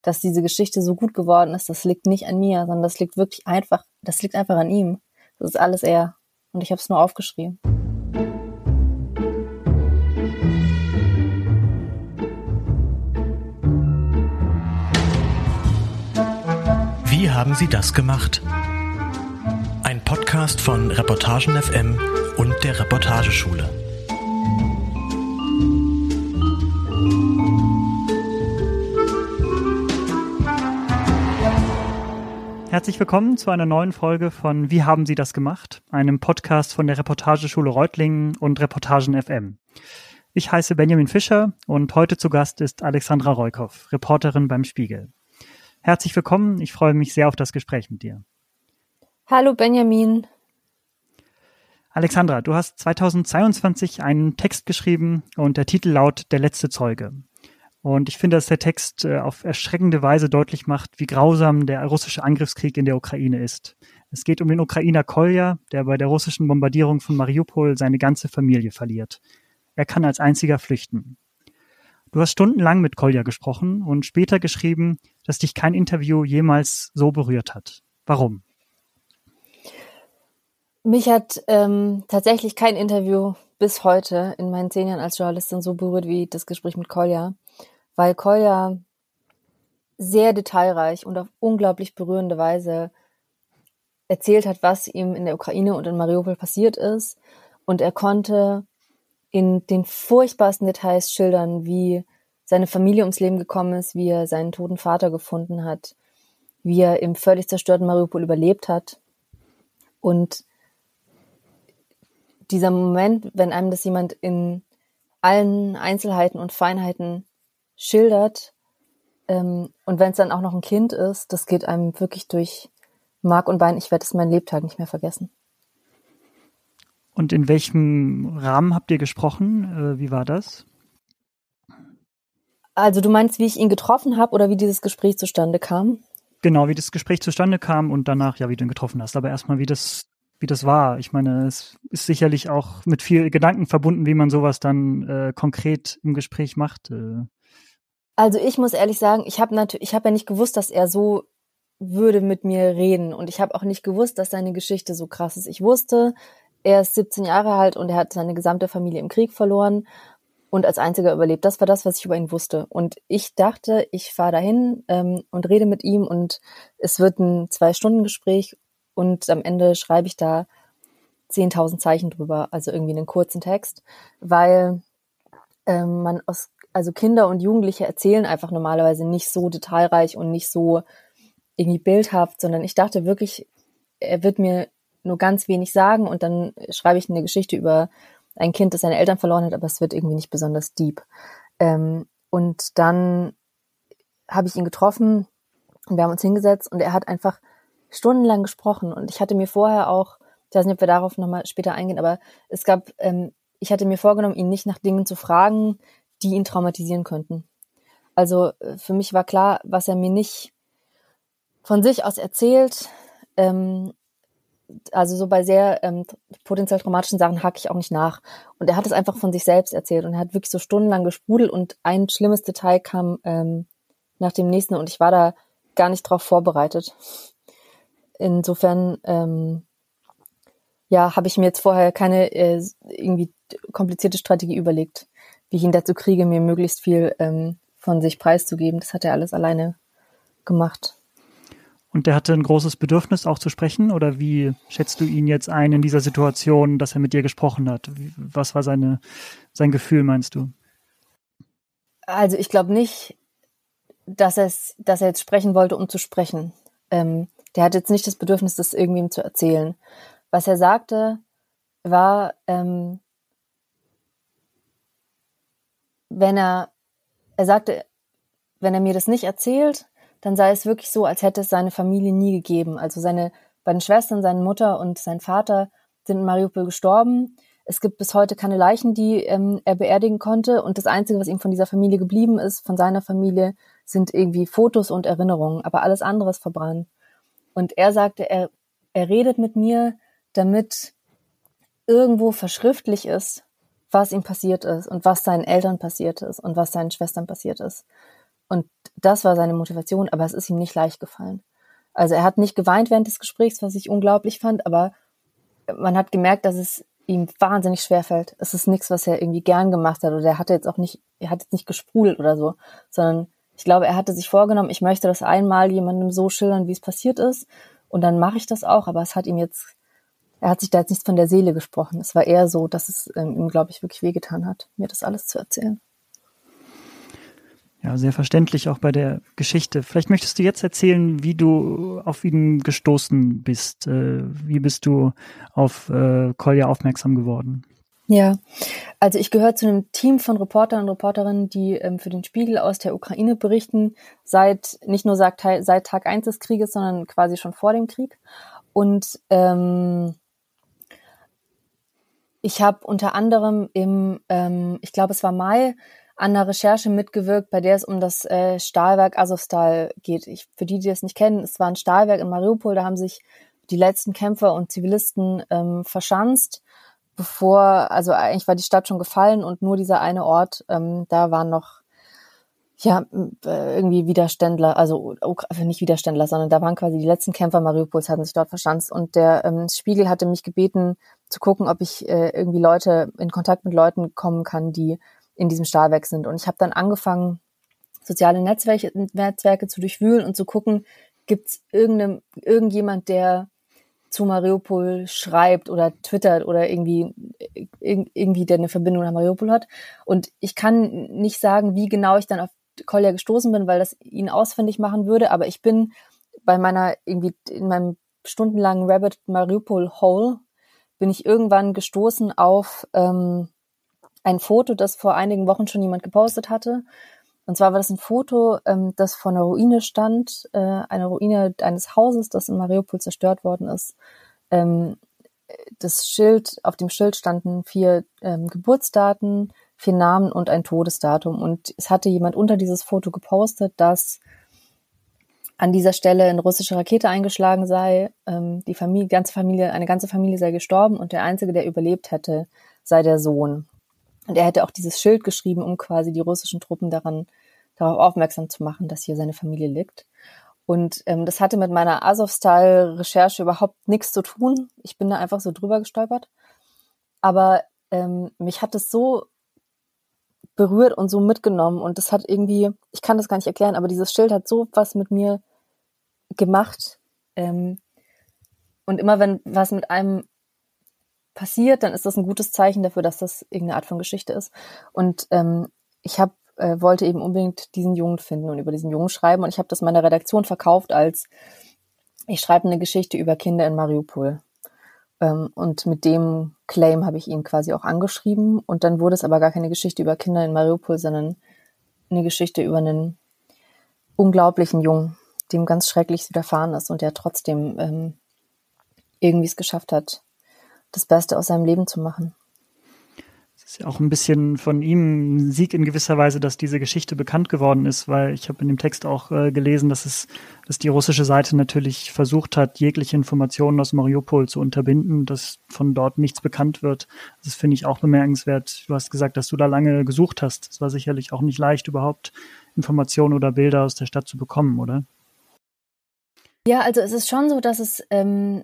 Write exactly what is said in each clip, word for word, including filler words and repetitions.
dass diese Geschichte so gut geworden ist, das liegt nicht an mir, sondern das liegt wirklich einfach, das liegt einfach an ihm. Das ist alles er. Und ich habe es nur aufgeschrieben. Wie haben Sie das gemacht? Ein Podcast von Reportagen F M und der Reportageschule. Herzlich willkommen zu einer neuen Folge von Wie haben Sie das gemacht? Einem Podcast von der Reportageschule Reutlingen und Reportagen F M. Ich heiße Benjamin Fischer und heute zu Gast ist Alexandra Reukow, Reporterin beim Spiegel. Herzlich willkommen, ich freue mich sehr auf das Gespräch mit dir. Hallo Benjamin. Alexandra, du hast zweitausendzweiundzwanzig einen Text geschrieben und der Titel lautet Der letzte Zeuge. Und ich finde, dass der Text äh, auf erschreckende Weise deutlich macht, wie grausam der russische Angriffskrieg in der Ukraine ist. Es geht um den Ukrainer Kolja, der bei der russischen Bombardierung von Mariupol seine ganze Familie verliert. Er kann als einziger flüchten. Du hast stundenlang mit Kolja gesprochen und später geschrieben, dass dich kein Interview jemals so berührt hat. Warum? Mich hat ähm, tatsächlich kein Interview bis heute in meinen zehn Jahren als Journalistin so berührt wie das Gespräch mit Kolja, weil Kolja sehr detailreich und auf unglaublich berührende Weise erzählt hat, was ihm in der Ukraine und in Mariupol passiert ist. Und er konnte in den furchtbarsten Details schildern, wie seine Familie ums Leben gekommen ist, wie er seinen toten Vater gefunden hat, wie er im völlig zerstörten Mariupol überlebt hat. Und dieser Moment, wenn einem das jemand in allen Einzelheiten und Feinheiten schildert, ähm, und wenn es dann auch noch ein Kind ist, das geht einem wirklich durch Mark und Bein. Ich werde es meinen Lebtag nicht mehr vergessen. Und in welchem Rahmen habt ihr gesprochen? Äh, wie war das? Also du meinst, wie ich ihn getroffen habe oder wie dieses Gespräch zustande kam? Genau, wie das Gespräch zustande kam und danach, ja, wie du ihn getroffen hast. Aber erstmal, wie das, wie das war. Ich meine, es ist sicherlich auch mit viel Gedanken verbunden, wie man sowas dann äh, konkret im Gespräch macht. Äh. Also ich muss ehrlich sagen, ich habe natürlich, ich habe ja nicht gewusst, dass er so würde mit mir reden. Und ich habe auch nicht gewusst, dass seine Geschichte so krass ist. Ich wusste, er ist siebzehn Jahre alt und er hat seine gesamte Familie im Krieg verloren und als einziger überlebt. Das war das, was ich über ihn wusste. Und ich dachte, ich fahre dahin ähm, und rede mit ihm und es wird ein Zwei-Stunden-Gespräch und am Ende schreibe ich da zehntausend Zeichen drüber, also irgendwie einen kurzen Text, weil ähm, man aus, also Kinder und Jugendliche erzählen einfach normalerweise nicht so detailreich und nicht so irgendwie bildhaft, sondern ich dachte wirklich, er wird mir nur ganz wenig sagen und dann schreibe ich eine Geschichte über ein Kind, das seine Eltern verloren hat, aber es wird irgendwie nicht besonders deep. Ähm, und dann habe ich ihn getroffen und wir haben uns hingesetzt und er hat einfach stundenlang gesprochen und ich hatte mir vorher auch, ich weiß nicht, ob wir darauf nochmal später eingehen, aber es gab, ähm, ich hatte mir vorgenommen, ihn nicht nach Dingen zu fragen, die ihn traumatisieren könnten. Also für mich war klar, was er mir nicht von sich aus erzählt, ähm, also so bei sehr ähm, potenziell traumatischen Sachen hake ich auch nicht nach. Und er hat es einfach von sich selbst erzählt und er hat wirklich so stundenlang gesprudelt und ein schlimmes Detail kam ähm, nach dem nächsten und ich war da gar nicht drauf vorbereitet. Insofern, ähm, ja, habe ich mir jetzt vorher keine äh, irgendwie komplizierte Strategie überlegt, wie ich ihn dazu kriege, mir möglichst viel ähm, von sich preiszugeben. Das hat er alles alleine gemacht. Und der hatte ein großes Bedürfnis, auch zu sprechen? Oder wie schätzt du ihn jetzt ein in dieser Situation, dass er mit dir gesprochen hat? Was war seine, sein Gefühl, meinst du? Also ich glaube nicht, dass, es, dass er jetzt sprechen wollte, um zu sprechen. Ähm, der hat jetzt nicht das Bedürfnis, das irgendwem zu erzählen. Was er sagte, war, ähm, wenn er, er sagte, wenn er mir das nicht erzählt, dann sei es wirklich so, als hätte es seine Familie nie gegeben. Also seine beiden Schwestern, seine Mutter und sein Vater sind in Mariupol gestorben. Es gibt bis heute keine Leichen, die ähm, er beerdigen konnte. Und das Einzige, was ihm von dieser Familie geblieben ist, von seiner Familie, sind irgendwie Fotos und Erinnerungen. Aber alles andere ist verbrannt. Und er sagte, er, er redet mit mir, damit irgendwo verschriftlich ist, was ihm passiert ist und was seinen Eltern passiert ist und was seinen Schwestern passiert ist. Und das war seine Motivation, aber es ist ihm nicht leicht gefallen. Also er hat nicht geweint während des Gesprächs, was ich unglaublich fand, aber man hat gemerkt, dass es ihm wahnsinnig schwerfällt. Es ist nichts, was er irgendwie gern gemacht hat oder er hatte jetzt auch nicht, er hat jetzt nicht gesprudelt oder so, sondern ich glaube, er hatte sich vorgenommen, ich möchte das einmal jemandem so schildern, wie es passiert ist und dann mache ich das auch, aber es hat ihm jetzt, er hat sich da jetzt nicht von der Seele gesprochen. Es war eher so, dass es ähm, ihm, glaube ich, wirklich wehgetan hat, mir das alles zu erzählen. Ja, sehr verständlich auch bei der Geschichte. Vielleicht möchtest du jetzt erzählen, wie du auf ihn gestoßen bist. Äh, wie bist du auf äh, Kolja aufmerksam geworden? Ja, also ich gehöre zu einem Team von Reportern und Reporterinnen, die ähm, für den Spiegel aus der Ukraine berichten, seit nicht nur seit, seit Tag eins des Krieges, sondern quasi schon vor dem Krieg. Und ähm, ich habe unter anderem im, ähm, ich glaube es war Mai, an einer Recherche mitgewirkt, bei der es um das äh, Stahlwerk Azovstal geht. Ich, für die, die das nicht kennen, es war ein Stahlwerk in Mariupol, da haben sich die letzten Kämpfer und Zivilisten ähm, verschanzt, bevor, also eigentlich war die Stadt schon gefallen und nur dieser eine Ort, ähm, da waren noch ja irgendwie Widerständler, also nicht Widerständler, sondern da waren quasi die letzten Kämpfer Mariupols, hatten sich dort verschanzt und der ähm, Spiegel hatte mich gebeten, zu gucken, ob ich äh, irgendwie Leute, in Kontakt mit Leuten kommen kann, die in diesem Stahlwerk sind. Und ich habe dann angefangen, soziale Netzwerke, Netzwerke zu durchwühlen und zu gucken, gibt es irgendjemand, der zu Mariupol schreibt oder twittert oder irgendwie, irgendwie der eine Verbindung nach Mariupol hat. Und ich kann nicht sagen, wie genau ich dann auf Kolja gestoßen bin, weil das ihn ausfindig machen würde, aber ich bin bei meiner, irgendwie in meinem stundenlangen Rabbit Mariupol Hole, bin ich irgendwann gestoßen auf ähm, ein Foto, das vor einigen Wochen schon jemand gepostet hatte. Und zwar war das ein Foto, ähm, das vor einer Ruine stand, äh, eine Ruine eines Hauses, das in Mariupol zerstört worden ist. Ähm, das Schild, auf dem Schild standen vier ähm, Geburtsdaten, vier Namen und ein Todesdatum. Und es hatte jemand unter dieses Foto gepostet, dass an dieser Stelle eine russische Rakete eingeschlagen sei, ähm, die Familie, ganze Familie, eine ganze Familie sei gestorben und der Einzige, der überlebt hätte, sei der Sohn. Und er hätte auch dieses Schild geschrieben, um quasi die russischen Truppen daran, darauf aufmerksam zu machen, dass hier seine Familie liegt. Und ähm, das hatte mit meiner Azovstal-Recherche überhaupt nichts zu tun. Ich bin da einfach so drüber gestolpert. Aber ähm, mich hat es so berührt und so mitgenommen. Und das hat irgendwie, ich kann das gar nicht erklären, aber dieses Schild hat so was mit mir gemacht. Ähm, und immer wenn was mit einem passiert, dann ist das ein gutes Zeichen dafür, dass das irgendeine Art von Geschichte ist. Und ähm, ich hab, äh, wollte eben unbedingt diesen Jungen finden und über diesen Jungen schreiben. Und ich habe das meiner Redaktion verkauft als, ich schreibe eine Geschichte über Kinder in Mariupol. Ähm, und mit dem Claim habe ich ihn quasi auch angeschrieben. Und dann wurde es aber gar keine Geschichte über Kinder in Mariupol, sondern eine Geschichte über einen unglaublichen Jungen, dem ganz schrecklich widerfahren ist und der trotzdem ähm, irgendwie es geschafft hat, das Beste aus seinem Leben zu machen. Es ist ja auch ein bisschen von ihm ein Sieg in gewisser Weise, dass diese Geschichte bekannt geworden ist, weil ich habe in dem Text auch äh, gelesen, dass es, dass die russische Seite natürlich versucht hat, jegliche Informationen aus Mariupol zu unterbinden, dass von dort nichts bekannt wird. Das finde ich auch bemerkenswert. Du hast gesagt, dass du da lange gesucht hast. Es war sicherlich auch nicht leicht, überhaupt Informationen oder Bilder aus der Stadt zu bekommen, oder? Ja, also es ist schon so, dass es ähm,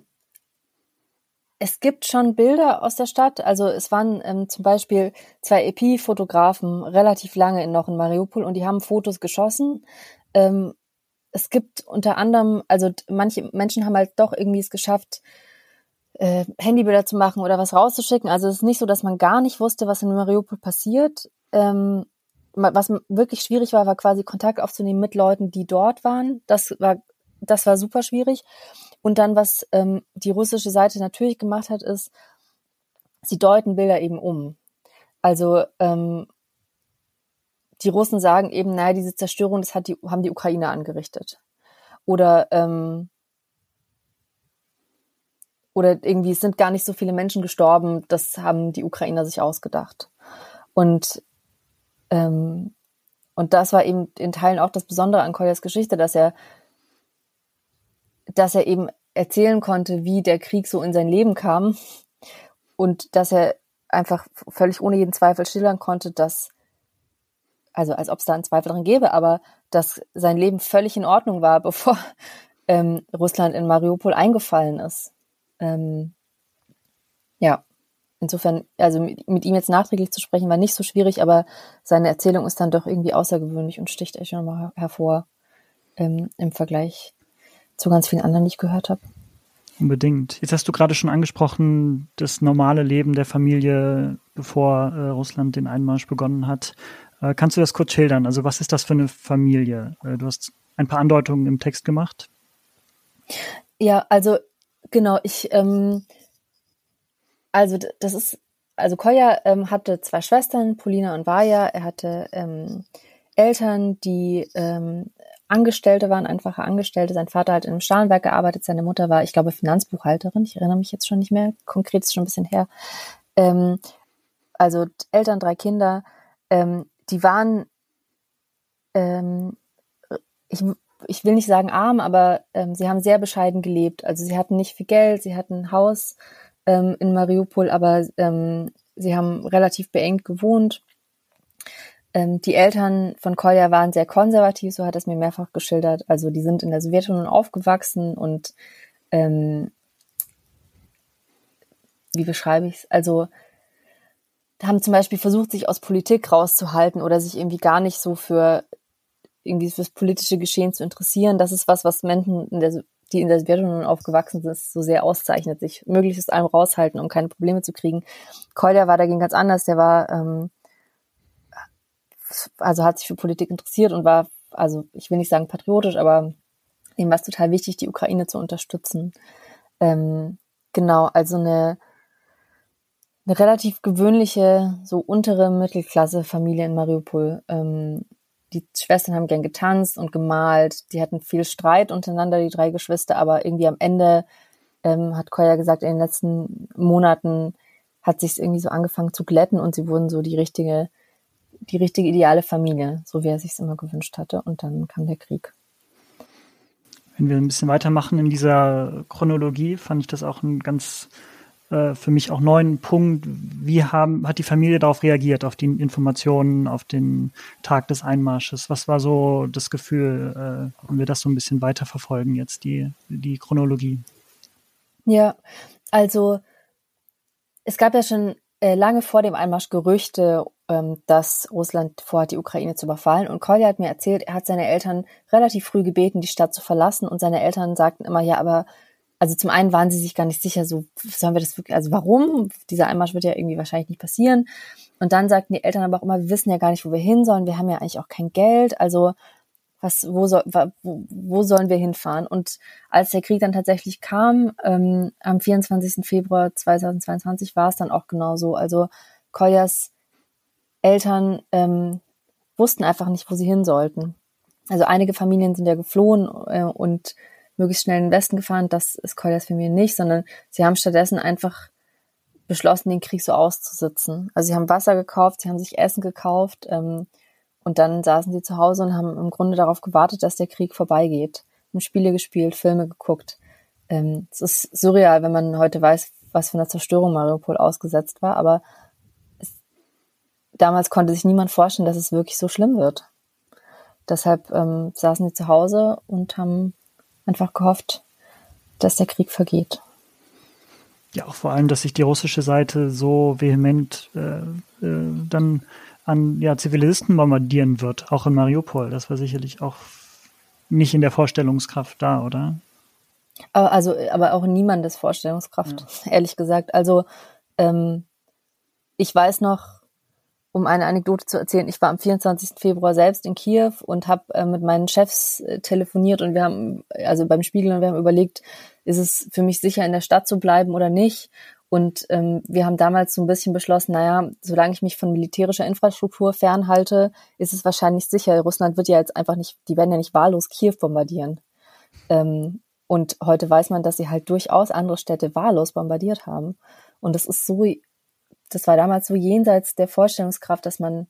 Es gibt schon Bilder aus der Stadt. Also es waren ähm, zum Beispiel zwei E P-Fotografen relativ lange in, noch in Mariupol und die haben Fotos geschossen. Ähm, es gibt unter anderem, also manche Menschen haben halt doch irgendwie es geschafft, äh, Handybilder zu machen oder was rauszuschicken. Also es ist nicht so, dass man gar nicht wusste, was in Mariupol passiert. Ähm, was wirklich schwierig war, war quasi Kontakt aufzunehmen mit Leuten, die dort waren. Das war, das war super schwierig. Und dann, was ähm, die russische Seite natürlich gemacht hat, ist, sie deuten Bilder eben um. Also ähm, die Russen sagen eben, naja, diese Zerstörung, das hat die, haben die Ukrainer angerichtet. Oder ähm, oder irgendwie, es sind gar nicht so viele Menschen gestorben, das haben die Ukrainer sich ausgedacht. Und ähm, und das war eben in Teilen auch das Besondere an Koljas Geschichte, dass er dass er eben erzählen konnte, wie der Krieg so in sein Leben kam und dass er einfach völlig ohne jeden Zweifel schildern konnte, dass also als ob es da einen Zweifel dran gäbe, aber dass sein Leben völlig in Ordnung war, bevor ähm, Russland in Mariupol eingefallen ist. Ähm, ja, insofern, also mit, mit ihm jetzt nachträglich zu sprechen, war nicht so schwierig, aber seine Erzählung ist dann doch irgendwie außergewöhnlich und sticht echt nochmal hervor ähm, im Vergleich zu ganz vielen anderen, die ich gehört habe. Unbedingt. Jetzt hast du gerade schon angesprochen, das normale Leben der Familie, bevor äh, Russland den Einmarsch begonnen hat. Äh, kannst du das kurz schildern? Also was ist das für eine Familie? Äh, du hast ein paar Andeutungen im Text gemacht. Ja, also genau, ich, ähm, also das ist, also Kolja ähm, hatte zwei Schwestern, Polina und Varja. Er hatte ähm, Eltern, die ähm, Angestellte waren, einfache Angestellte. Sein Vater hat in einem Stahlwerk gearbeitet, seine Mutter war, ich glaube, Finanzbuchhalterin. Ich erinnere mich jetzt schon nicht mehr, konkret ist schon ein bisschen her. Ähm, also Eltern, drei Kinder, ähm, die waren, ähm, ich, ich will nicht sagen arm, aber ähm, sie haben sehr bescheiden gelebt. Also sie hatten nicht viel Geld, sie hatten ein Haus ähm, in Mariupol, aber ähm, sie haben relativ beengt gewohnt. Ähm, die Eltern von Kolja waren sehr konservativ, so hat er es mir mehrfach geschildert. Also die sind in der Sowjetunion aufgewachsen und ähm, wie beschreibe ich es? Also haben zum Beispiel versucht, sich aus Politik rauszuhalten oder sich irgendwie gar nicht so für irgendwie fürs politische Geschehen zu interessieren. Das ist was, was Menschen, in der, die in der Sowjetunion aufgewachsen sind, so sehr auszeichnet, sich möglichst aus allem raushalten, um keine Probleme zu kriegen. Kolja war dagegen ganz anders. Der war ähm, also hat sich für Politik interessiert und war, also ich will nicht sagen patriotisch, aber ihm war es total wichtig, die Ukraine zu unterstützen. Ähm, genau, also eine, eine relativ gewöhnliche, so untere Mittelklasse-Familie in Mariupol. Ähm, die Schwestern haben gern getanzt und gemalt, die hatten viel Streit untereinander, die drei Geschwister, aber irgendwie am Ende ähm, hat Kolja gesagt, in den letzten Monaten hat sich es irgendwie so angefangen zu glätten und sie wurden so die richtige die richtige ideale Familie, so wie er sich es immer gewünscht hatte. Und dann kam der Krieg. Wenn wir ein bisschen weitermachen in dieser Chronologie, fand ich das auch einen ganz äh, für mich auch neuen Punkt. Wie haben, hat die Familie darauf reagiert, auf die Informationen, auf den Tag des Einmarsches? Was war so das Gefühl, äh, wenn wir das so ein bisschen weiterverfolgen jetzt, die, die Chronologie? Ja, also es gab ja schon äh, lange vor dem Einmarsch Gerüchte, ähm, dass Russland vorhat, die Ukraine zu überfallen. Und Kolja hat mir erzählt, er hat seine Eltern relativ früh gebeten, die Stadt zu verlassen. Und seine Eltern sagten immer, ja, aber also zum einen waren sie sich gar nicht sicher, so sollen wir das wirklich, also warum? Dieser Einmarsch wird ja irgendwie wahrscheinlich nicht passieren. Und dann sagten die Eltern aber auch immer, wir wissen ja gar nicht, wo wir hin sollen. Wir haben ja eigentlich auch kein Geld. Also was, wo, soll, wo, wo sollen wir hinfahren? Und als der Krieg dann tatsächlich kam, ähm, am vierundzwanzigsten Februar zweitausendzweiundzwanzig war es dann auch genauso. Also Koljas Eltern ähm, wussten einfach nicht, wo sie hin sollten. Also einige Familien sind ja geflohen äh, und möglichst schnell in den Westen gefahren. Das ist Koljas Familie nicht, sondern sie haben stattdessen einfach beschlossen, den Krieg so auszusitzen. Also sie haben Wasser gekauft, sie haben sich Essen gekauft, ähm, und dann saßen sie zu Hause und haben im Grunde darauf gewartet, dass der Krieg vorbeigeht. Haben Spiele gespielt, Filme geguckt. Ähm, es ist surreal, wenn man heute weiß, was für eine Zerstörung Mariupol ausgesetzt war, aber es, damals konnte sich niemand vorstellen, dass es wirklich so schlimm wird. Deshalb ähm, saßen sie zu Hause und haben einfach gehofft, dass der Krieg vergeht. Ja, auch vor allem, dass sich die russische Seite so vehement äh, äh, dann an ja, Zivilisten bombardieren wird, auch in Mariupol. Das war sicherlich auch nicht in der Vorstellungskraft da, oder? Aber, also, aber auch niemandes Vorstellungskraft, ja. Ehrlich gesagt. Also ähm, ich weiß noch, um eine Anekdote zu erzählen, ich war am vierundzwanzigsten Februar selbst in Kiew und habe äh, mit meinen Chefs äh, telefoniert und wir haben, also beim Spiegel, und wir haben überlegt, ist es für mich sicher, in der Stadt zu bleiben oder nicht? Und ähm, wir haben damals so ein bisschen beschlossen, naja, solange ich mich von militärischer Infrastruktur fernhalte, ist es wahrscheinlich sicher. Russland wird ja jetzt einfach nicht, die werden ja nicht wahllos Kiew bombardieren. Ähm, und heute weiß man, dass sie halt durchaus andere Städte wahllos bombardiert haben. Und das ist so, das war damals so jenseits der Vorstellungskraft, dass man,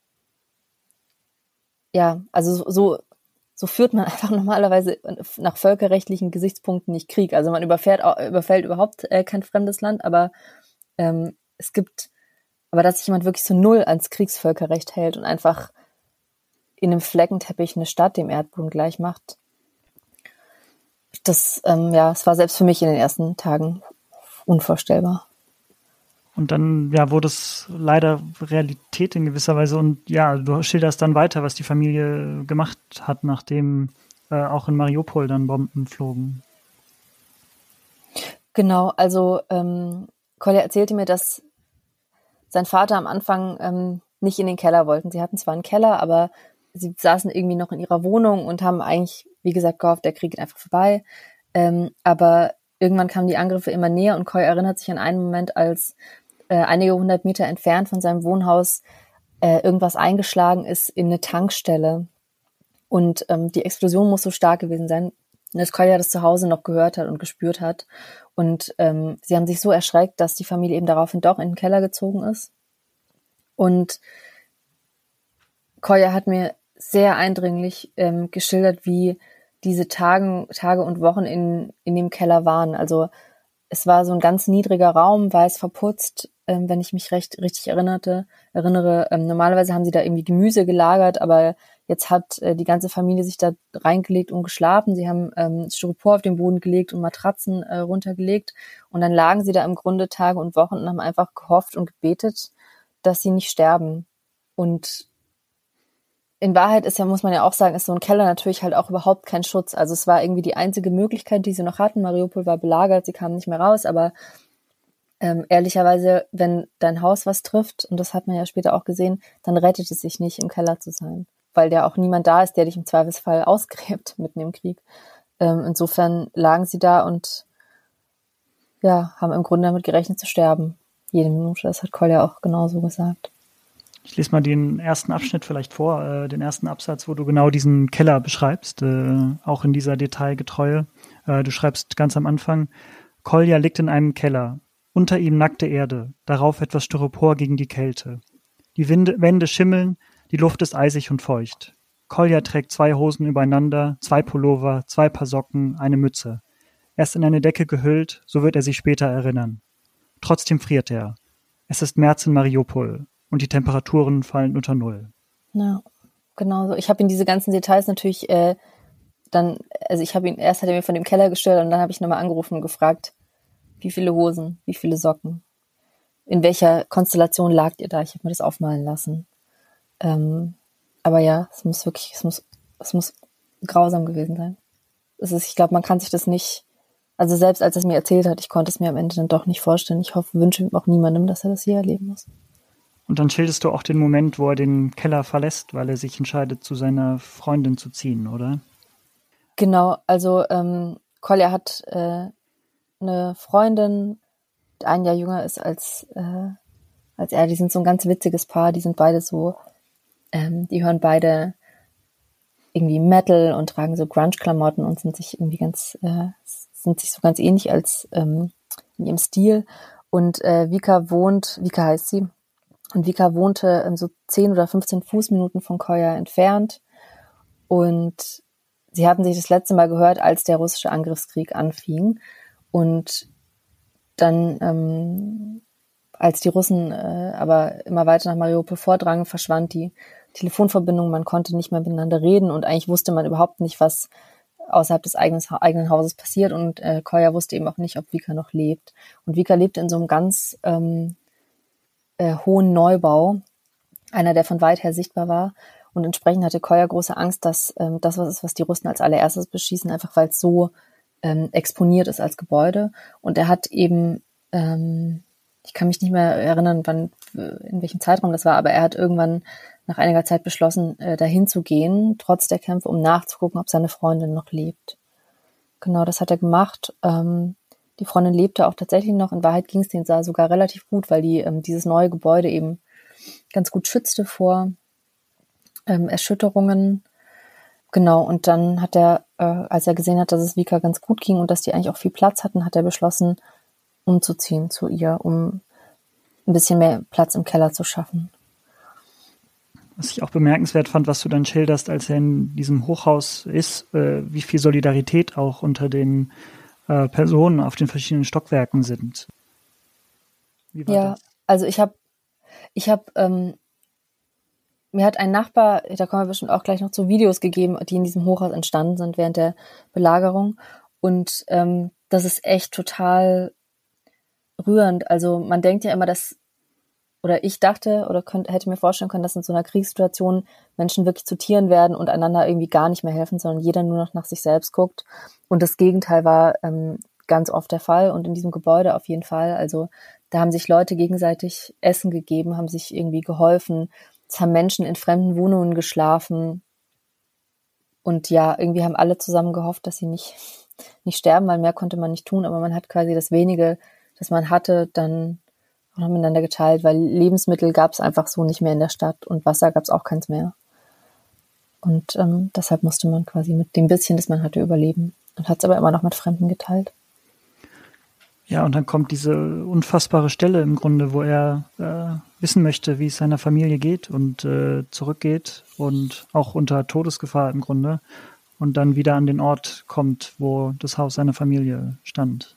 ja, also so, so führt man einfach normalerweise nach völkerrechtlichen Gesichtspunkten nicht Krieg. Also man überfährt, überfällt überhaupt äh, kein fremdes Land, aber ähm, es gibt, aber dass sich jemand wirklich so null ans Kriegsvölkerrecht hält und einfach in einem Fleckenteppich eine Stadt dem Erdboden gleich macht. Das, ähm, ja, es war selbst für mich in den ersten Tagen unvorstellbar. Und dann, ja, wurde es leider Realität in gewisser Weise. Und ja, du schilderst dann weiter, was die Familie gemacht hat, nachdem äh, auch in Mariupol dann Bomben flogen. Genau, also ähm, Kolja erzählte mir, dass sein Vater am Anfang ähm, nicht in den Keller wollten. Sie hatten zwar einen Keller, aber sie saßen irgendwie noch in ihrer Wohnung und haben eigentlich, wie gesagt, gehofft, der Krieg geht einfach vorbei. Ähm, aber irgendwann kamen die Angriffe immer näher und Kolja erinnert sich an einen Moment, als äh, einige hundert Meter entfernt von seinem Wohnhaus äh, irgendwas eingeschlagen ist in eine Tankstelle. Und ähm, die Explosion muss so stark gewesen sein, dass Kolja das zu Hause noch gehört hat und gespürt hat. Und ähm, sie haben sich so erschreckt, dass die Familie eben daraufhin doch in den Keller gezogen ist. Und Kolja hat mir sehr eindringlich ähm, geschildert, wie diese Tagen, Tage und Wochen in, in dem Keller waren. Also es war so ein ganz niedriger Raum, weiß verputzt, ähm, wenn ich mich recht richtig erinnerte, erinnere. Ähm, normalerweise haben sie da irgendwie Gemüse gelagert, aber jetzt hat äh, die ganze Familie sich da reingelegt und geschlafen. Sie haben ähm, Styropor auf den Boden gelegt und Matratzen äh, runtergelegt. Und dann lagen sie da im Grunde Tage und Wochen und haben einfach gehofft und gebetet, dass sie nicht sterben. Und in Wahrheit ist ja, muss man ja auch sagen, ist so ein Keller natürlich halt auch überhaupt kein Schutz. Also es war irgendwie die einzige Möglichkeit, die sie noch hatten. Mariupol war belagert, sie kamen nicht mehr raus, aber ähm, ehrlicherweise, wenn dein Haus was trifft, und das hat man ja später auch gesehen, dann rettet es sich nicht, im Keller zu sein, weil da auch niemand da ist, der dich im Zweifelsfall ausgräbt mitten im Krieg. Ähm, insofern lagen sie da und ja, haben im Grunde damit gerechnet zu sterben. Jede Minute, das hat Kolja auch genauso gesagt. Ich lese mal den ersten Abschnitt vielleicht vor, äh, den ersten Absatz, wo du genau diesen Keller beschreibst, äh, auch in dieser Detailgetreue. Äh, du schreibst ganz am Anfang, Kolja liegt in einem Keller, unter ihm nackte Erde, darauf etwas Styropor gegen die Kälte. Die Winde, Wände schimmeln, die Luft ist eisig und feucht. Kolja trägt zwei Hosen übereinander, zwei Pullover, zwei Paar Socken, eine Mütze. Er ist in eine Decke gehüllt, so wird er sich später erinnern. Trotzdem friert er. Es ist März in Mariupol. Und die Temperaturen fallen unter Null. Ja, genau so. Ich habe ihn diese ganzen Details natürlich äh, dann, also ich habe ihn, erst hat er mir von dem Keller gestellt und dann habe ich nochmal angerufen und gefragt, wie viele Hosen, wie viele Socken, in welcher Konstellation lagt ihr da? Ich habe mir das aufmalen lassen. Ähm, aber ja, es muss wirklich, es muss, es muss grausam gewesen sein. Es ist, ich glaube, man kann sich das nicht, also selbst als er es mir erzählt hat, ich konnte es mir am Ende dann doch nicht vorstellen. Ich hoffe, wünsche auch niemandem, dass er das hier erleben muss. Und dann schilderst du auch den Moment, wo er den Keller verlässt, weil er sich entscheidet, zu seiner Freundin zu ziehen, oder? Genau, also ähm, Kolja hat äh, eine Freundin, die ein Jahr jünger ist als, äh, als er. Die sind so ein ganz witziges Paar, die sind beide so, ähm, die hören beide irgendwie Metal und tragen so Grunge-Klamotten und sind sich irgendwie ganz, äh, sind sich so ganz ähnlich als ähm, in ihrem Stil. Und äh, Vika wohnt, Vika heißt sie, und Vika wohnte ähm, so zehn oder fünfzehn Fußminuten von Kolja entfernt. Und sie hatten sich das letzte Mal gehört, als der russische Angriffskrieg anfing. Und dann, ähm, als die Russen äh, aber immer weiter nach Mariupol vordrangen, verschwand die Telefonverbindung. Man konnte nicht mehr miteinander reden und eigentlich wusste man überhaupt nicht, was außerhalb des eigenen, eigenen Hauses passiert. Und äh, Kolja wusste eben auch nicht, ob Vika noch lebt. Und Vika lebte in so einem ganz ähm, äh, hohen Neubau, einer, der von weit her sichtbar war. Und entsprechend hatte Kolja große Angst, dass ähm, das was ist, was die Russen als allererstes beschießen, einfach weil es so ähm, exponiert ist als Gebäude. Und er hat eben, ähm, ich kann mich nicht mehr erinnern, wann, in welchem Zeitraum das war, aber er hat irgendwann nach einiger Zeit beschlossen, äh, dahin zu gehen, trotz der Kämpfe, um nachzugucken, ob seine Freundin noch lebt. Genau, das hat er gemacht. Ähm, die Freundin lebte auch tatsächlich noch. In Wahrheit ging es denen sogar relativ gut, weil die ähm, dieses neue Gebäude eben ganz gut schützte vor ähm, Erschütterungen. Genau, und dann hat er, äh, als er gesehen hat, dass es Vika ganz gut ging und dass die eigentlich auch viel Platz hatten, hat er beschlossen, umzuziehen zu ihr, um ein bisschen mehr Platz im Keller zu schaffen. Was ich auch bemerkenswert fand, was du dann schilderst, als er in diesem Hochhaus ist, äh, wie viel Solidarität auch unter den äh, Personen auf den verschiedenen Stockwerken sind. Wie war ja, das? Also ich habe ich habe ähm, mir hat ein Nachbar, da kommen wir bestimmt auch gleich noch zu, Videos gegeben, die in diesem Hochhaus entstanden sind während der Belagerung. Und ähm, das ist echt total rührend. Also man denkt ja immer, dass, oder ich dachte oder könnte, hätte mir vorstellen können, dass in so einer Kriegssituation Menschen wirklich zu Tieren werden und einander irgendwie gar nicht mehr helfen, sondern jeder nur noch nach sich selbst guckt. Und das Gegenteil war ähm, ganz oft der Fall und in diesem Gebäude auf jeden Fall. Also da haben sich Leute gegenseitig Essen gegeben, haben sich irgendwie geholfen. Es haben Menschen in fremden Wohnungen geschlafen. Und ja, irgendwie haben alle zusammen gehofft, dass sie nicht, nicht sterben, weil mehr konnte man nicht tun. Aber man hat quasi das Wenige, das man hatte, dann auch noch miteinander geteilt, weil Lebensmittel gab es einfach so nicht mehr in der Stadt und Wasser gab es auch keins mehr. Und ähm, deshalb musste man quasi mit dem bisschen, das man hatte, überleben. Und hat es aber immer noch mit Fremden geteilt. Ja, und dann kommt diese unfassbare Stelle im Grunde, wo er äh, wissen möchte, wie es seiner Familie geht und äh, zurückgeht und auch unter Todesgefahr im Grunde und dann wieder an den Ort kommt, wo das Haus seiner Familie stand.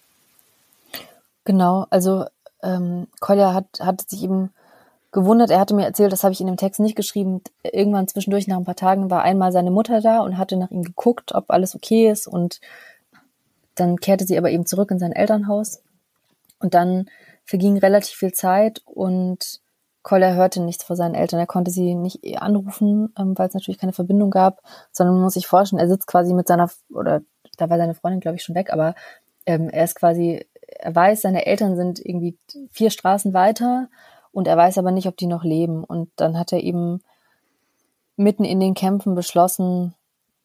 Genau, also ähm, Kolja hat, hat sich eben gewundert, er hatte mir erzählt, das habe ich in dem Text nicht geschrieben, irgendwann zwischendurch nach ein paar Tagen war einmal seine Mutter da und hatte nach ihm geguckt, ob alles okay ist und dann kehrte sie aber eben zurück in sein Elternhaus und dann verging relativ viel Zeit und Kolja hörte nichts von seinen Eltern. Er konnte sie nicht anrufen, ähm, weil es natürlich keine Verbindung gab, sondern man muss sich vorstellen, er sitzt quasi mit seiner, oder da war seine Freundin, glaube ich, schon weg, aber ähm, er ist quasi, er weiß, seine Eltern sind irgendwie vier Straßen weiter und er weiß aber nicht, ob die noch leben. Und dann hat er eben mitten in den Kämpfen beschlossen,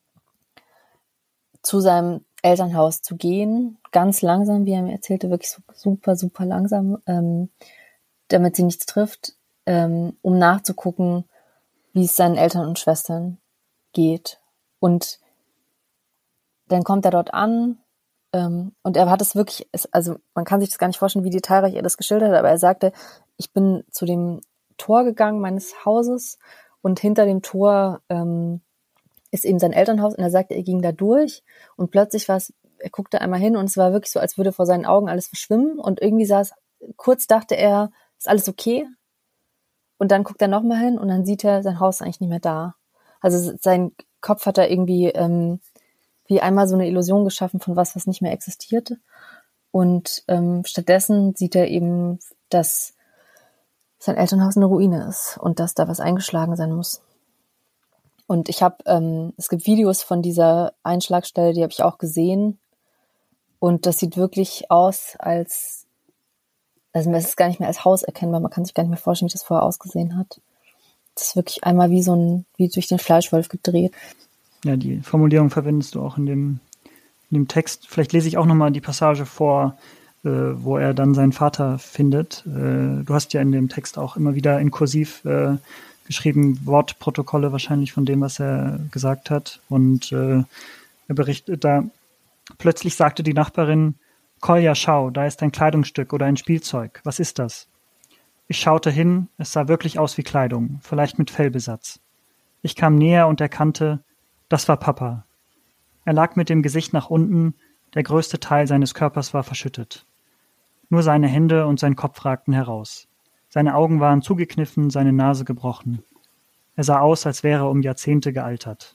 zu seinem Elternhaus zu gehen, ganz langsam, wie er mir erzählte, wirklich super, super langsam, ähm, damit sie nichts trifft, ähm, um nachzugucken, wie es seinen Eltern und Schwestern geht. Und dann kommt er dort an ähm, und er hat es wirklich, es, also man kann sich das gar nicht vorstellen, wie detailreich er das geschildert hat, aber er sagte, ich bin zu dem Tor gegangen meines Hauses und hinter dem Tor ähm, ist eben sein Elternhaus und er sagte, er ging da durch und plötzlich war es, er guckte einmal hin und es war wirklich so, als würde vor seinen Augen alles verschwimmen und irgendwie sah es, kurz dachte er, ist alles okay? Und dann guckt er nochmal hin und dann sieht er, sein Haus ist eigentlich nicht mehr da. Also sein Kopf hat da irgendwie ähm, wie einmal so eine Illusion geschaffen von was, was nicht mehr existierte. Und ähm, stattdessen sieht er eben, dass sein Elternhaus eine Ruine ist und dass da was eingeschlagen sein muss. Und ich habe, ähm, es gibt Videos von dieser Einschlagstelle, die habe ich auch gesehen. Und das sieht wirklich aus, als, also es ist gar nicht mehr als Haus erkennbar. Man kann sich gar nicht mehr vorstellen, wie das vorher ausgesehen hat. Das ist wirklich einmal wie so ein, wie durch den Fleischwolf gedreht. Ja, die Formulierung verwendest du auch in dem, in dem Text. Vielleicht lese ich auch nochmal die Passage vor, äh, wo er dann seinen Vater findet. Äh, du hast ja in dem Text auch immer wieder in Kursiv äh, geschrieben, Wortprotokolle wahrscheinlich von dem, was er gesagt hat. Und äh, er berichtet da, plötzlich sagte die Nachbarin, Kolja, schau, da ist ein Kleidungsstück oder ein Spielzeug. Was ist das? Ich schaute hin, es sah wirklich aus wie Kleidung, vielleicht mit Fellbesatz. Ich kam näher und erkannte, das war Papa. Er lag mit dem Gesicht nach unten, der größte Teil seines Körpers war verschüttet. Nur seine Hände und sein Kopf ragten heraus. Seine Augen waren zugekniffen, seine Nase gebrochen. Er sah aus, als wäre er um Jahrzehnte gealtert.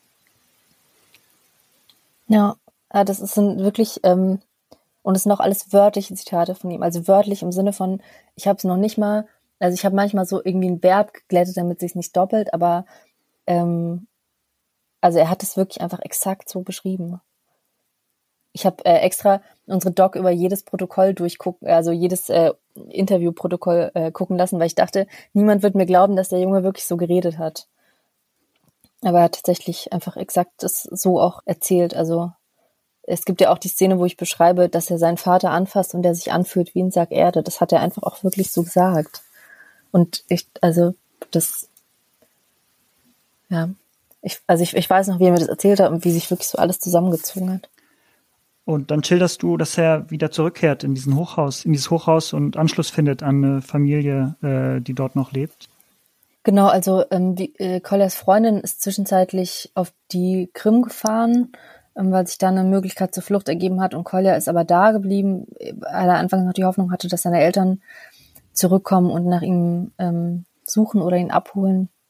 Ja, das sind wirklich, ähm, und es sind auch alles wörtliche Zitate von ihm. Also wörtlich im Sinne von, ich habe es noch nicht mal, also ich habe manchmal so irgendwie ein Verb geglättet, damit es sich nicht doppelt, aber ähm, also er hat es wirklich einfach exakt so beschrieben. Ich habe äh, extra unsere Doc über jedes Protokoll durchgucken, also jedes äh, Interviewprotokoll äh, gucken lassen, weil ich dachte, niemand wird mir glauben, dass der Junge wirklich so geredet hat. Aber er hat tatsächlich einfach exakt das so auch erzählt. Also es gibt ja auch die Szene, wo ich beschreibe, dass er seinen Vater anfasst und der sich anfühlt wie ein Sack Erde. Das hat er einfach auch wirklich so gesagt. Und ich, also das, ja, ich, also ich, ich weiß noch, wie er mir das erzählt hat und wie sich wirklich so alles zusammengezogen hat. Und dann schilderst du, dass er wieder zurückkehrt in diesen Hochhaus, in dieses Hochhaus und Anschluss findet an eine Familie, äh, die dort noch lebt. Genau, also ähm, die, äh, Koljas Freundin ist zwischenzeitlich auf die Krim gefahren, ähm, weil sich da eine Möglichkeit zur Flucht ergeben hat und Kolja ist aber da geblieben, weil er anfangs noch die Hoffnung hatte, dass seine Eltern zurückkommen und nach ihm ähm, suchen oder ihn abholen.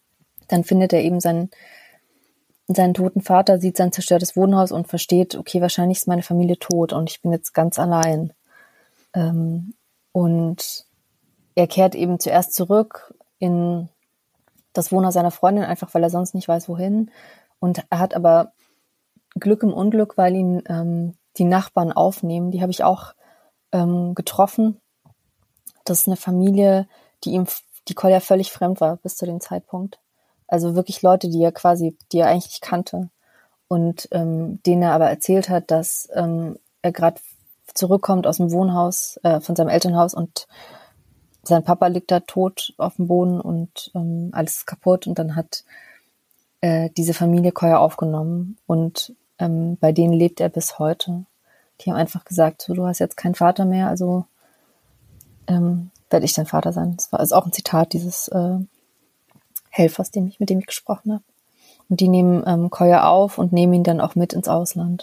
dann findet er eben seinen, seinen toten Vater, sieht sein zerstörtes Wohnhaus und versteht, okay, wahrscheinlich ist meine Familie tot und ich bin jetzt ganz allein. Ähm, und er kehrt eben zuerst zurück in das Wohnhaus seiner Freundin, einfach weil er sonst nicht weiß, wohin. Und er hat aber Glück im Unglück, weil ihn ähm, die Nachbarn aufnehmen. Die habe ich auch ähm, getroffen. Das ist eine Familie, die ihm, die Kolja völlig fremd war bis zu dem Zeitpunkt. Also wirklich Leute, die er quasi, die er eigentlich nicht kannte. Und ähm, denen er aber erzählt hat, dass ähm, er gerade zurückkommt aus dem Wohnhaus, äh, von seinem Elternhaus und sein Papa liegt da tot auf dem Boden und ähm, alles ist kaputt. Und dann hat äh, diese Familie Kolja aufgenommen und ähm, bei denen lebt er bis heute. Die haben einfach gesagt, so, du hast jetzt keinen Vater mehr, also ähm, werde ich dein Vater sein. Das war also auch ein Zitat dieses äh, Helfers, dem ich, mit dem ich gesprochen habe. Und die nehmen ähm, Kolja auf und nehmen ihn dann auch mit ins Ausland.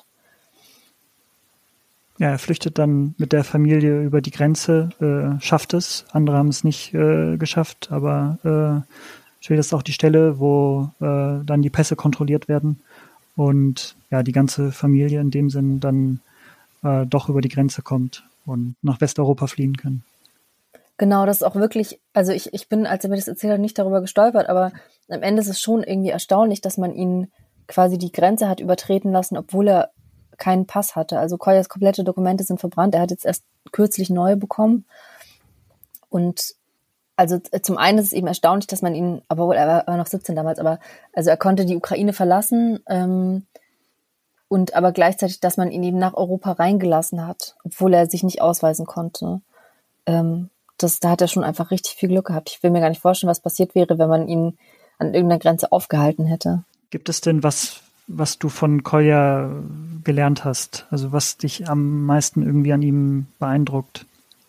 Ja, er flüchtet dann mit der Familie über die Grenze, äh, schafft es. Andere haben es nicht äh, geschafft, aber äh, Schwede ist auch die Stelle, wo äh, dann die Pässe kontrolliert werden und ja, die ganze Familie in dem Sinn dann äh, doch über die Grenze kommt und nach Westeuropa fliehen kann. Genau, das ist auch wirklich, also ich, ich bin, als er mir das erzählt hat, nicht darüber gestolpert, aber am Ende ist es schon irgendwie erstaunlich, dass man ihn quasi die Grenze hat übertreten lassen, obwohl er keinen Pass hatte. Also Koljas komplette Dokumente sind verbrannt. Er hat jetzt erst kürzlich neue bekommen. Und also zum einen ist es eben erstaunlich, dass man ihn, obwohl er war, war noch siebzehn damals, aber also er konnte die Ukraine verlassen ähm, und aber gleichzeitig, dass man ihn eben nach Europa reingelassen hat, obwohl er sich nicht ausweisen konnte. Ähm, das, da hat er schon einfach richtig viel Glück gehabt. Ich will mir gar nicht vorstellen, was passiert wäre, wenn man ihn an irgendeiner Grenze aufgehalten hätte. Gibt es denn was, was du von Kolja gelernt hast? Also was dich am meisten irgendwie an ihm beeindruckt?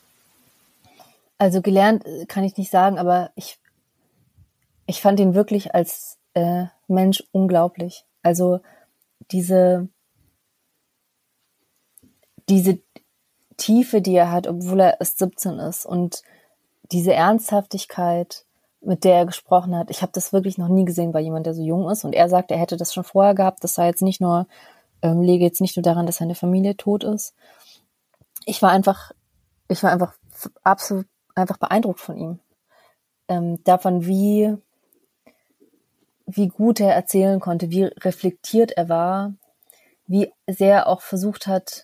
Also gelernt kann ich nicht sagen, aber ich, ich fand ihn wirklich als äh, Mensch unglaublich. Also diese, diese Tiefe, die er hat, obwohl er erst siebzehn ist und diese Ernsthaftigkeit, mit der er gesprochen hat, ich habe das wirklich noch nie gesehen bei jemandem, der so jung ist. Und er sagt, er hätte das schon vorher gehabt. Das sei jetzt nicht nur, ähm, lege jetzt nicht nur daran, dass seine Familie tot ist. Ich war einfach, ich war einfach absolut einfach beeindruckt von ihm. Ähm, davon, wie, wie gut er erzählen konnte, wie reflektiert er war, wie sehr er auch versucht hat,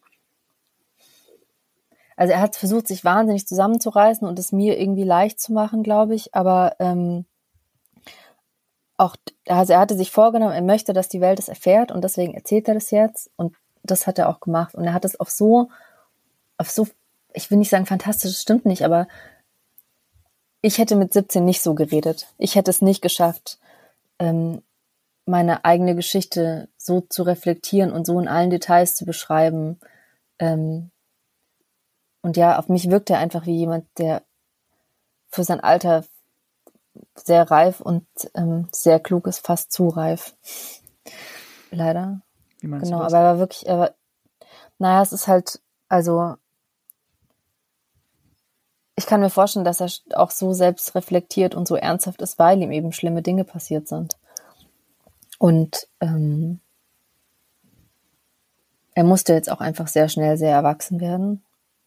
also er hat versucht, sich wahnsinnig zusammenzureißen und es mir irgendwie leicht zu machen, glaube ich. Aber ähm, auch, also er hatte sich vorgenommen, er möchte, dass die Welt es erfährt und deswegen erzählt er das jetzt. Und das hat er auch gemacht. Und er hat es auf so, auf so, ich will nicht sagen fantastisch, das stimmt nicht, aber ich hätte mit siebzehn nicht so geredet. Ich hätte es nicht geschafft, ähm, meine eigene Geschichte so zu reflektieren und so in allen Details zu beschreiben. Ähm, Und ja, auf mich wirkt er einfach wie jemand, der für sein Alter sehr reif und ähm, sehr klug ist, fast zu reif. Leider. Wie meinst genau, du das? aber er war wirklich, er war, naja, es ist halt, also ich kann mir vorstellen, dass er auch so selbst reflektiert und so ernsthaft ist, weil ihm eben schlimme Dinge passiert sind. Und ähm, er musste jetzt auch einfach sehr schnell sehr erwachsen werden.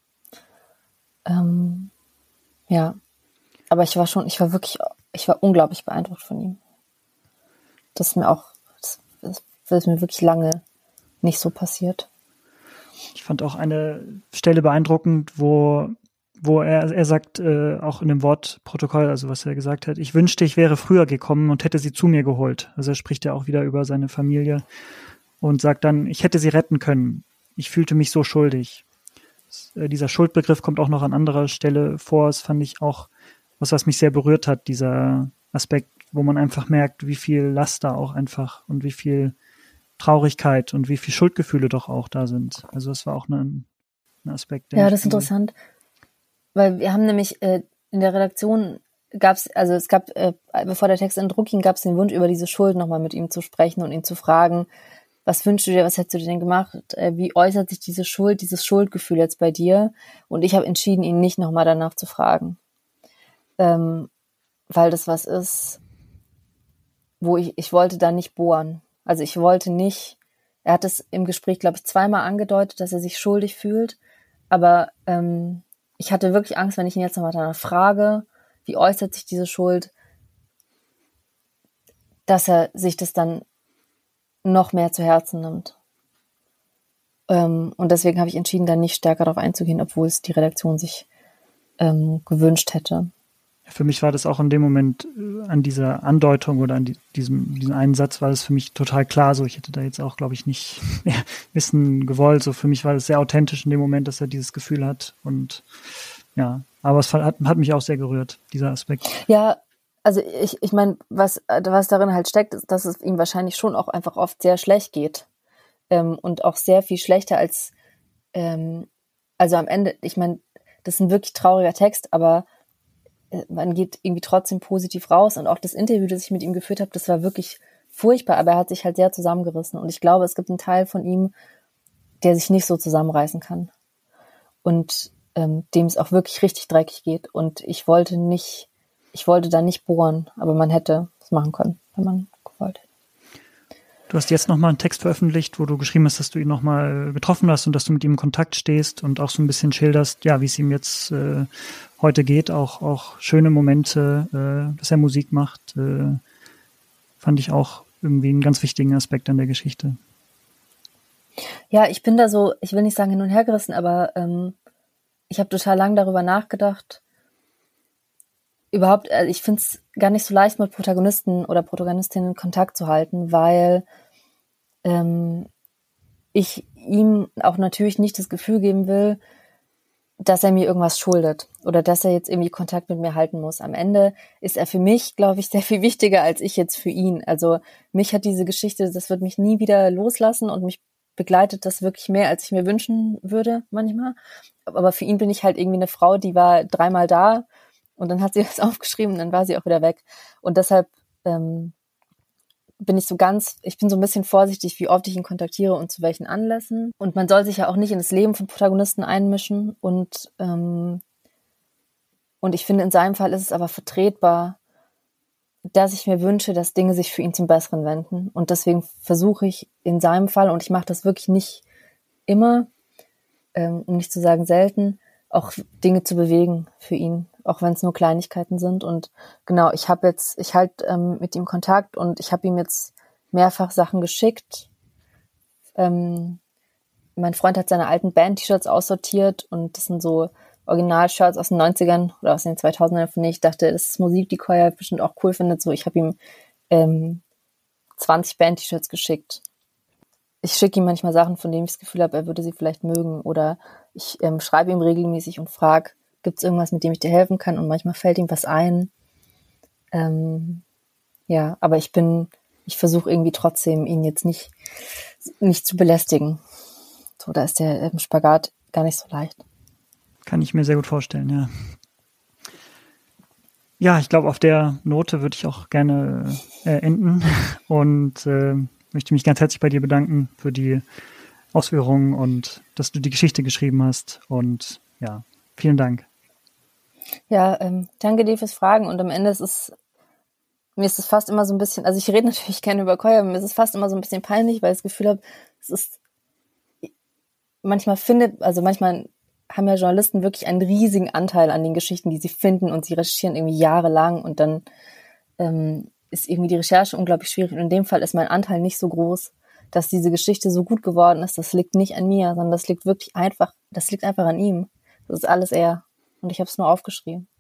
Ähm, ja, aber ich war schon, ich war wirklich, ich war unglaublich beeindruckt von ihm. Das ist mir auch, das, das ist mir wirklich lange nicht so passiert. Ich fand auch eine Stelle beeindruckend, wo, wo er, er sagt, äh, auch in dem Wortprotokoll, also was er gesagt hat, ich wünschte, ich wäre früher gekommen und hätte sie zu mir geholt. Also er spricht ja auch wieder über seine Familie und sagt dann, ich hätte sie retten können. Ich fühlte mich so schuldig. Dieser Schuldbegriff kommt auch noch an anderer Stelle vor. Das fand ich auch was, was mich sehr berührt hat, dieser Aspekt, wo man einfach merkt, wie viel Last da auch einfach und wie viel Traurigkeit und wie viel Schuldgefühle doch auch da sind. Also das war auch ein, ein Aspekt. Ja, das ist interessant, weil wir haben nämlich äh, in der Redaktion gab es, also es gab, äh, bevor der Text in Druck ging, gab es den Wunsch, über diese Schuld nochmal mit ihm zu sprechen und ihn zu fragen, was wünschst du dir, was hättest du dir denn gemacht? Wie äußert sich diese Schuld, dieses Schuldgefühl jetzt bei dir? Und ich habe entschieden, ihn nicht nochmal danach zu fragen. Ähm, weil das was ist, wo ich, ich wollte da nicht bohren. Also ich wollte nicht, er hat es im Gespräch, glaube ich, zweimal angedeutet, dass er sich schuldig fühlt, aber ähm, ich hatte wirklich Angst, wenn ich ihn jetzt nochmal danach frage, wie äußert sich diese Schuld, dass er sich das dann noch mehr zu Herzen nimmt. Ähm, und deswegen habe ich entschieden, da nicht stärker darauf einzugehen, obwohl es die Redaktion sich ähm, gewünscht hätte. Für mich war das auch in dem Moment äh, an dieser Andeutung oder an die, diesem, diesem einen Satz war das für mich total klar. So, ich hätte da jetzt auch, glaube ich, nicht mehr wissen gewollt. So, für mich war das sehr authentisch in dem Moment, dass er dieses Gefühl hat. Und ja, aber es hat, hat mich auch sehr gerührt, dieser Aspekt. Ja, also ich, ich meine, was, was darin halt steckt, ist, dass es ihm wahrscheinlich schon auch einfach oft sehr schlecht geht. Ähm, und auch sehr viel schlechter als, ähm, also am Ende, ich meine, das ist ein wirklich trauriger Text, aber man geht irgendwie trotzdem positiv raus und auch das Interview, das ich mit ihm geführt habe, das war wirklich furchtbar, aber er hat sich halt sehr zusammengerissen und ich glaube, es gibt einen Teil von ihm, der sich nicht so zusammenreißen kann und ähm, dem es auch wirklich richtig dreckig geht und ich wollte nicht, ich wollte da nicht bohren, aber man hätte es machen können, wenn man gewollt hätte. Du hast jetzt nochmal einen Text veröffentlicht, wo du geschrieben hast, dass du ihn nochmal getroffen hast und dass du mit ihm in Kontakt stehst und auch so ein bisschen schilderst, ja, wie es ihm jetzt äh, heute geht, auch auch schöne Momente, äh, dass er Musik macht, äh, fand ich auch irgendwie einen ganz wichtigen Aspekt an der Geschichte. Ja, ich bin da so, ich will nicht sagen hin und her gerissen, aber ähm, ich habe total lang darüber nachgedacht. Überhaupt, also ich finde es gar nicht so leicht, mit Protagonisten oder Protagonistinnen Kontakt zu halten, weil ähm, ich ihm auch natürlich nicht das Gefühl geben will, dass er mir irgendwas schuldet oder dass er jetzt irgendwie Kontakt mit mir halten muss. Am Ende ist er für mich, glaube ich, sehr viel wichtiger als ich jetzt für ihn. Also mich hat diese Geschichte, das wird mich nie wieder loslassen und mich begleitet das wirklich mehr, als ich mir wünschen würde manchmal. Aber für ihn bin ich halt irgendwie eine Frau, die war dreimal da und dann hat sie das aufgeschrieben und dann war sie auch wieder weg. Und deshalb ähm, bin ich so ganz, ich bin so ein bisschen vorsichtig, wie oft ich ihn kontaktiere und zu welchen Anlässen. Und man soll sich ja auch nicht in das Leben von Protagonisten einmischen. Und ähm, und ich finde, in seinem Fall ist es aber vertretbar, dass ich mir wünsche, dass Dinge sich für ihn zum Besseren wenden. Und deswegen versuche ich in seinem Fall, und ich mache das wirklich nicht immer, ähm, um nicht zu sagen selten, auch Dinge zu bewegen für ihn, auch wenn es nur Kleinigkeiten sind. Und genau, ich habe jetzt, ich halte ähm, mit ihm Kontakt und ich habe ihm jetzt mehrfach Sachen geschickt. Ähm, mein Freund hat seine alten Band-T-Shirts aussortiert und das sind so Original-Shirts aus den neunzigern oder aus den zweitausendern von denen ich dachte, das ist Musik, die Koya bestimmt auch cool findet. So, ich habe ihm ähm, zwanzig Band-T-Shirts geschickt. Ich schicke ihm manchmal Sachen, von denen ich das Gefühl habe, er würde sie vielleicht mögen. Oder ich ähm, schreibe ihm regelmäßig und frage, gibt es irgendwas, mit dem ich dir helfen kann? Und manchmal fällt ihm was ein. Ähm, ja, aber ich bin, ich versuche irgendwie trotzdem, ihn jetzt nicht, nicht zu belästigen. So, da ist der ähm, Spagat gar nicht so leicht. Kann ich mir sehr gut vorstellen, ja. Ja, ich glaube, auf der Note würde ich auch gerne äh, enden und äh, möchte mich ganz herzlich bei dir bedanken für die Ausführungen und dass du die Geschichte geschrieben hast. Und ja, vielen Dank. Ja, ähm, danke dir fürs Fragen. Und am Ende ist es, mir ist es fast immer so ein bisschen, also ich rede natürlich gerne über Koya, aber mir ist es fast immer so ein bisschen peinlich, weil ich das Gefühl habe, es ist, manchmal findet, also manchmal haben ja Journalisten wirklich einen riesigen Anteil an den Geschichten, die sie finden und sie recherchieren irgendwie jahrelang und dann ähm, ist irgendwie die Recherche unglaublich schwierig. Und in dem Fall ist mein Anteil nicht so groß, dass diese Geschichte so gut geworden ist. Das liegt nicht an mir, sondern das liegt wirklich einfach, das liegt einfach an ihm. Das ist alles er. Und ich habe es nur aufgeschrieben.